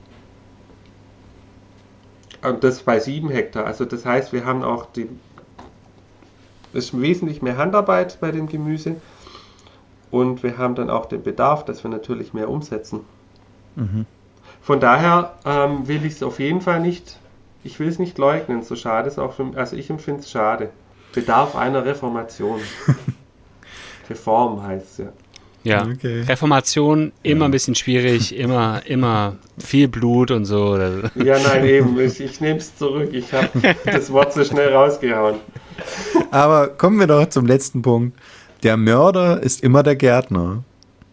Und das bei sieben Hektar. Also das heißt, wir haben auch die, es ist wesentlich mehr Handarbeit bei dem Gemüse und wir haben dann auch den Bedarf, dass wir natürlich mehr umsetzen. Mhm. Von daher ähm, will ich es auf jeden Fall nicht, ich will es nicht leugnen, so schade es auch für mich, also ich empfinde es schade. Bedarf einer Reformation. Reform heißt es ja. Ja, okay. Reformation immer ja. ein bisschen schwierig, immer, immer viel Blut und so. Ja, nein, eben, ich, ich nehme es zurück, ich habe das Wort so schnell rausgehauen. Aber kommen wir doch zum letzten Punkt. Der Mörder ist immer der Gärtner.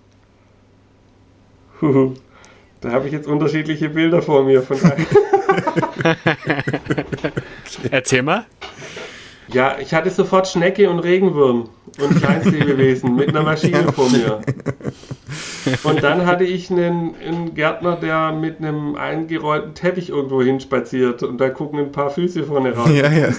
Da habe ich jetzt unterschiedliche Bilder vor mir. Von Erzähl mal. Ja, ich hatte sofort Schnecke und Regenwurm und Kleinstlebewesen mit einer Maschine vor mir. Und dann hatte ich einen, einen Gärtner, der mit einem eingerollten Teppich irgendwo hin spaziert und da gucken ein paar Füße vorne raus. Ja, ja.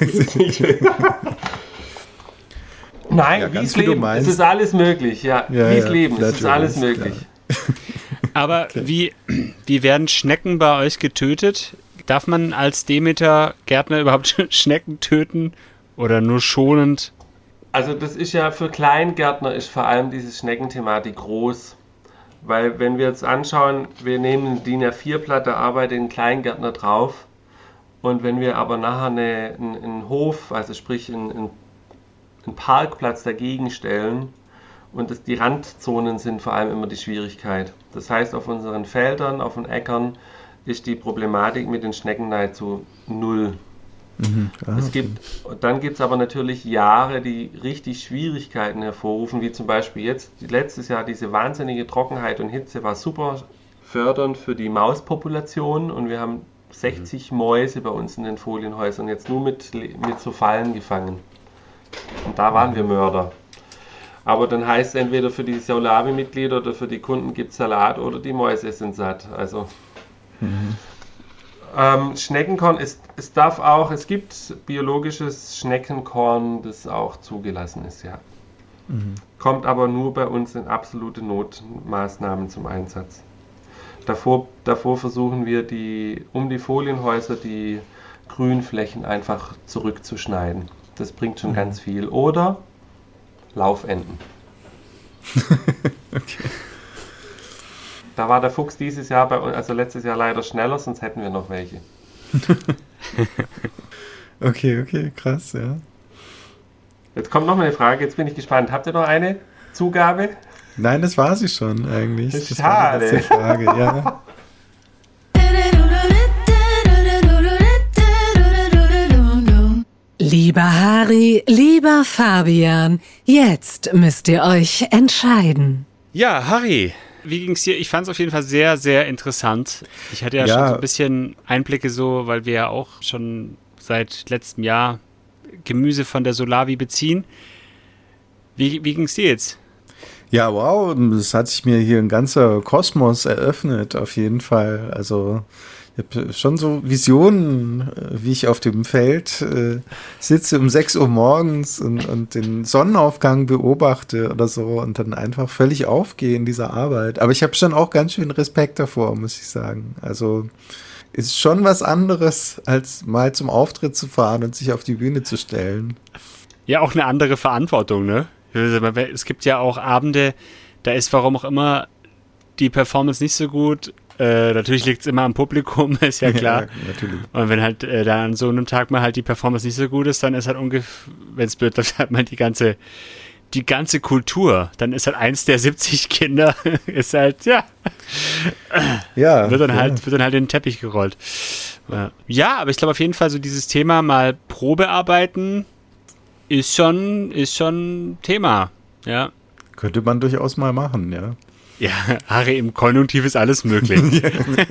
Nein, ja, wie es leben, es ist alles möglich. Ja, ja wie es ja, leben, es ist alles möglich. Aber okay. wie, wie werden Schnecken bei euch getötet? Darf man als Demeter-Gärtner überhaupt Schnecken töten oder nur schonend? Also das ist ja für Kleingärtner ist vor allem diese Schneckenthematik groß. Weil wenn wir jetzt anschauen, wir nehmen eine D I N A vier Platte, arbeiten den Kleingärtner drauf. Und wenn wir aber nachher eine, einen, einen Hof, also sprich einen, einen Parkplatz dagegen stellen, und das, die Randzonen sind vor allem immer die Schwierigkeit. Das heißt, auf unseren Feldern, auf den Äckern ist die Problematik mit den Schnecken nahezu null. Mhm. Ah, es gibt, dann gibt es aber natürlich Jahre, die richtig Schwierigkeiten hervorrufen, wie zum Beispiel jetzt, letztes Jahr diese wahnsinnige Trockenheit und Hitze war super fördern für die Mauspopulation und wir haben sechzig mhm. Mäuse bei uns in den Folienhäusern jetzt nur mit, mit so Fallen gefangen. Und da waren wir Mörder. Aber dann heißt es entweder für die Solavi-Mitglieder oder für die Kunden gibt es Salat oder die Mäuse sind satt. Also mhm. ähm, Schneckenkorn, ist, es darf auch, es gibt biologisches Schneckenkorn, das auch zugelassen ist, ja. Mhm. Kommt aber nur bei uns in absolute Notmaßnahmen zum Einsatz. Davor, davor versuchen wir, die, um die Folienhäuser die Grünflächen einfach zurückzuschneiden. Das bringt schon mhm. ganz viel. Oder Laufenten. Okay. Da war der Fuchs dieses Jahr bei uns, also letztes Jahr leider schneller, sonst hätten wir noch welche. Okay, okay, krass, ja. Jetzt kommt noch eine Frage, jetzt bin ich gespannt. Habt ihr noch eine Zugabe? Nein, das war sie schon eigentlich. Das Schade. War die letzte Frage, ja. Lieber Harry, lieber Fabian, jetzt müsst ihr euch entscheiden. Ja, Harry, wie ging's dir? Ich fand es auf jeden Fall sehr, sehr interessant. Ich hatte ja, ja schon so ein bisschen Einblicke so, weil wir ja auch schon seit letztem Jahr Gemüse von der Solavi beziehen. Wie, wie ging's dir jetzt? Ja, wow, es hat sich mir hier ein ganzer Kosmos eröffnet, auf jeden Fall. Also ich habe schon so Visionen, wie ich auf dem Feld äh, sitze um sechs Uhr morgens und, und den Sonnenaufgang beobachte oder so und dann einfach völlig aufgehe in dieser Arbeit. Aber ich habe schon auch ganz schön Respekt davor, muss ich sagen. Also ist schon was anderes, als mal zum Auftritt zu fahren und sich auf die Bühne zu stellen. Ja, auch eine andere Verantwortung, ne? Es gibt ja auch Abende, da ist warum auch immer die Performance nicht so gut. Äh, natürlich liegt es immer am Publikum, ist ja klar. Ja, natürlich. Und wenn halt äh, da an so einem Tag mal halt die Performance nicht so gut ist, dann ist halt ungefähr, wenn es blöd läuft, halt mal die ganze, die ganze Kultur. Dann ist halt eins der siebzig Kinder, ist halt, ja, ja wird dann ja. halt, wird dann halt in den Teppich gerollt. Ja, aber ich glaube auf jeden Fall so dieses Thema mal Probearbeiten ist schon, ist schon Thema, ja. Könnte man durchaus mal machen, ja. Ja, Harry, im Konjunktiv ist alles möglich.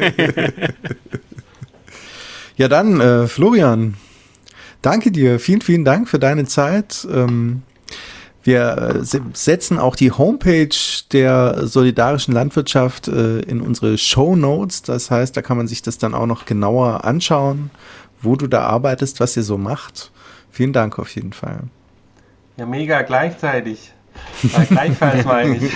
Ja, dann, äh, Florian, danke dir. Vielen, vielen Dank für deine Zeit. Ähm, wir äh, setzen auch die Homepage der solidarischen Landwirtschaft äh, in unsere Shownotes. Das heißt, da kann man sich das dann auch noch genauer anschauen, wo du da arbeitest, was ihr so macht. Vielen Dank auf jeden Fall. Ja, mega, gleichzeitig. Ja, gleichfalls meine ich.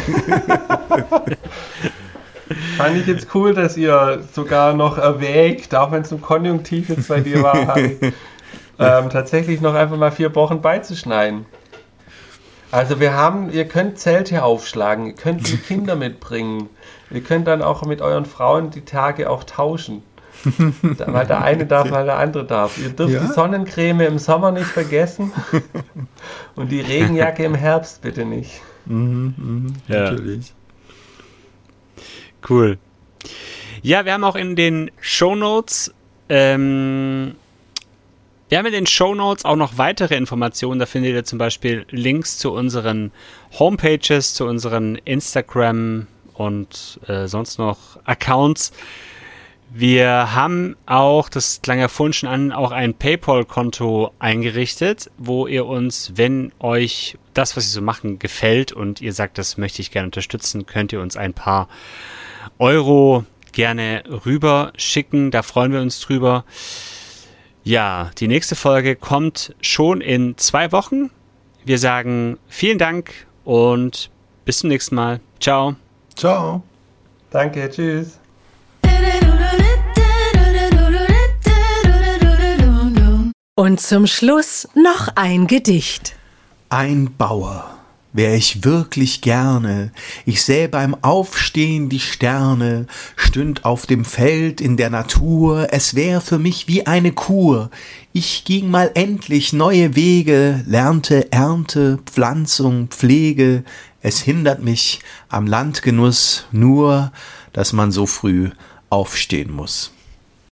Fand ich jetzt cool, dass ihr sogar noch erwägt, auch wenn es ein Konjunktiv jetzt bei dir war, Harry, ähm, tatsächlich noch einfach mal vier Wochen beizuschneiden. Also wir haben, ihr könnt Zelte aufschlagen, ihr könnt die Kinder mitbringen, ihr könnt dann auch mit euren Frauen die Tage auch tauschen. Weil der eine darf, weil der andere darf. Ihr dürft ja? die Sonnencreme im Sommer nicht vergessen und die Regenjacke im Herbst bitte nicht. Mhm, mhm, ja. Natürlich. Cool. Ja, wir haben auch in den Shownotes ähm, wir haben in den Shownotes auch noch weitere Informationen. Da findet ihr zum Beispiel Links zu unseren Homepages, zu unseren Instagram und äh, sonst noch Accounts. Wir haben auch, das klang ja vorhin schon an, auch ein PayPal-Konto eingerichtet, wo ihr uns, wenn euch das, was wir so machen, gefällt und ihr sagt, das möchte ich gerne unterstützen, könnt ihr uns ein paar Euro gerne rüber schicken. Da freuen wir uns drüber. Ja, die nächste Folge kommt schon in zwei Wochen. Wir sagen vielen Dank und bis zum nächsten Mal. Ciao. Ciao. Danke, tschüss. Und zum Schluss noch ein Gedicht. Ein Bauer wär ich wirklich gerne, ich säh beim Aufstehen die Sterne, stünd auf dem Feld in der Natur, es wär für mich wie eine Kur. Ich ging mal endlich neue Wege, lernte Ernte, Pflanzung, Pflege, es hindert mich am Landgenuss nur, dass man so früh aufstehen muss.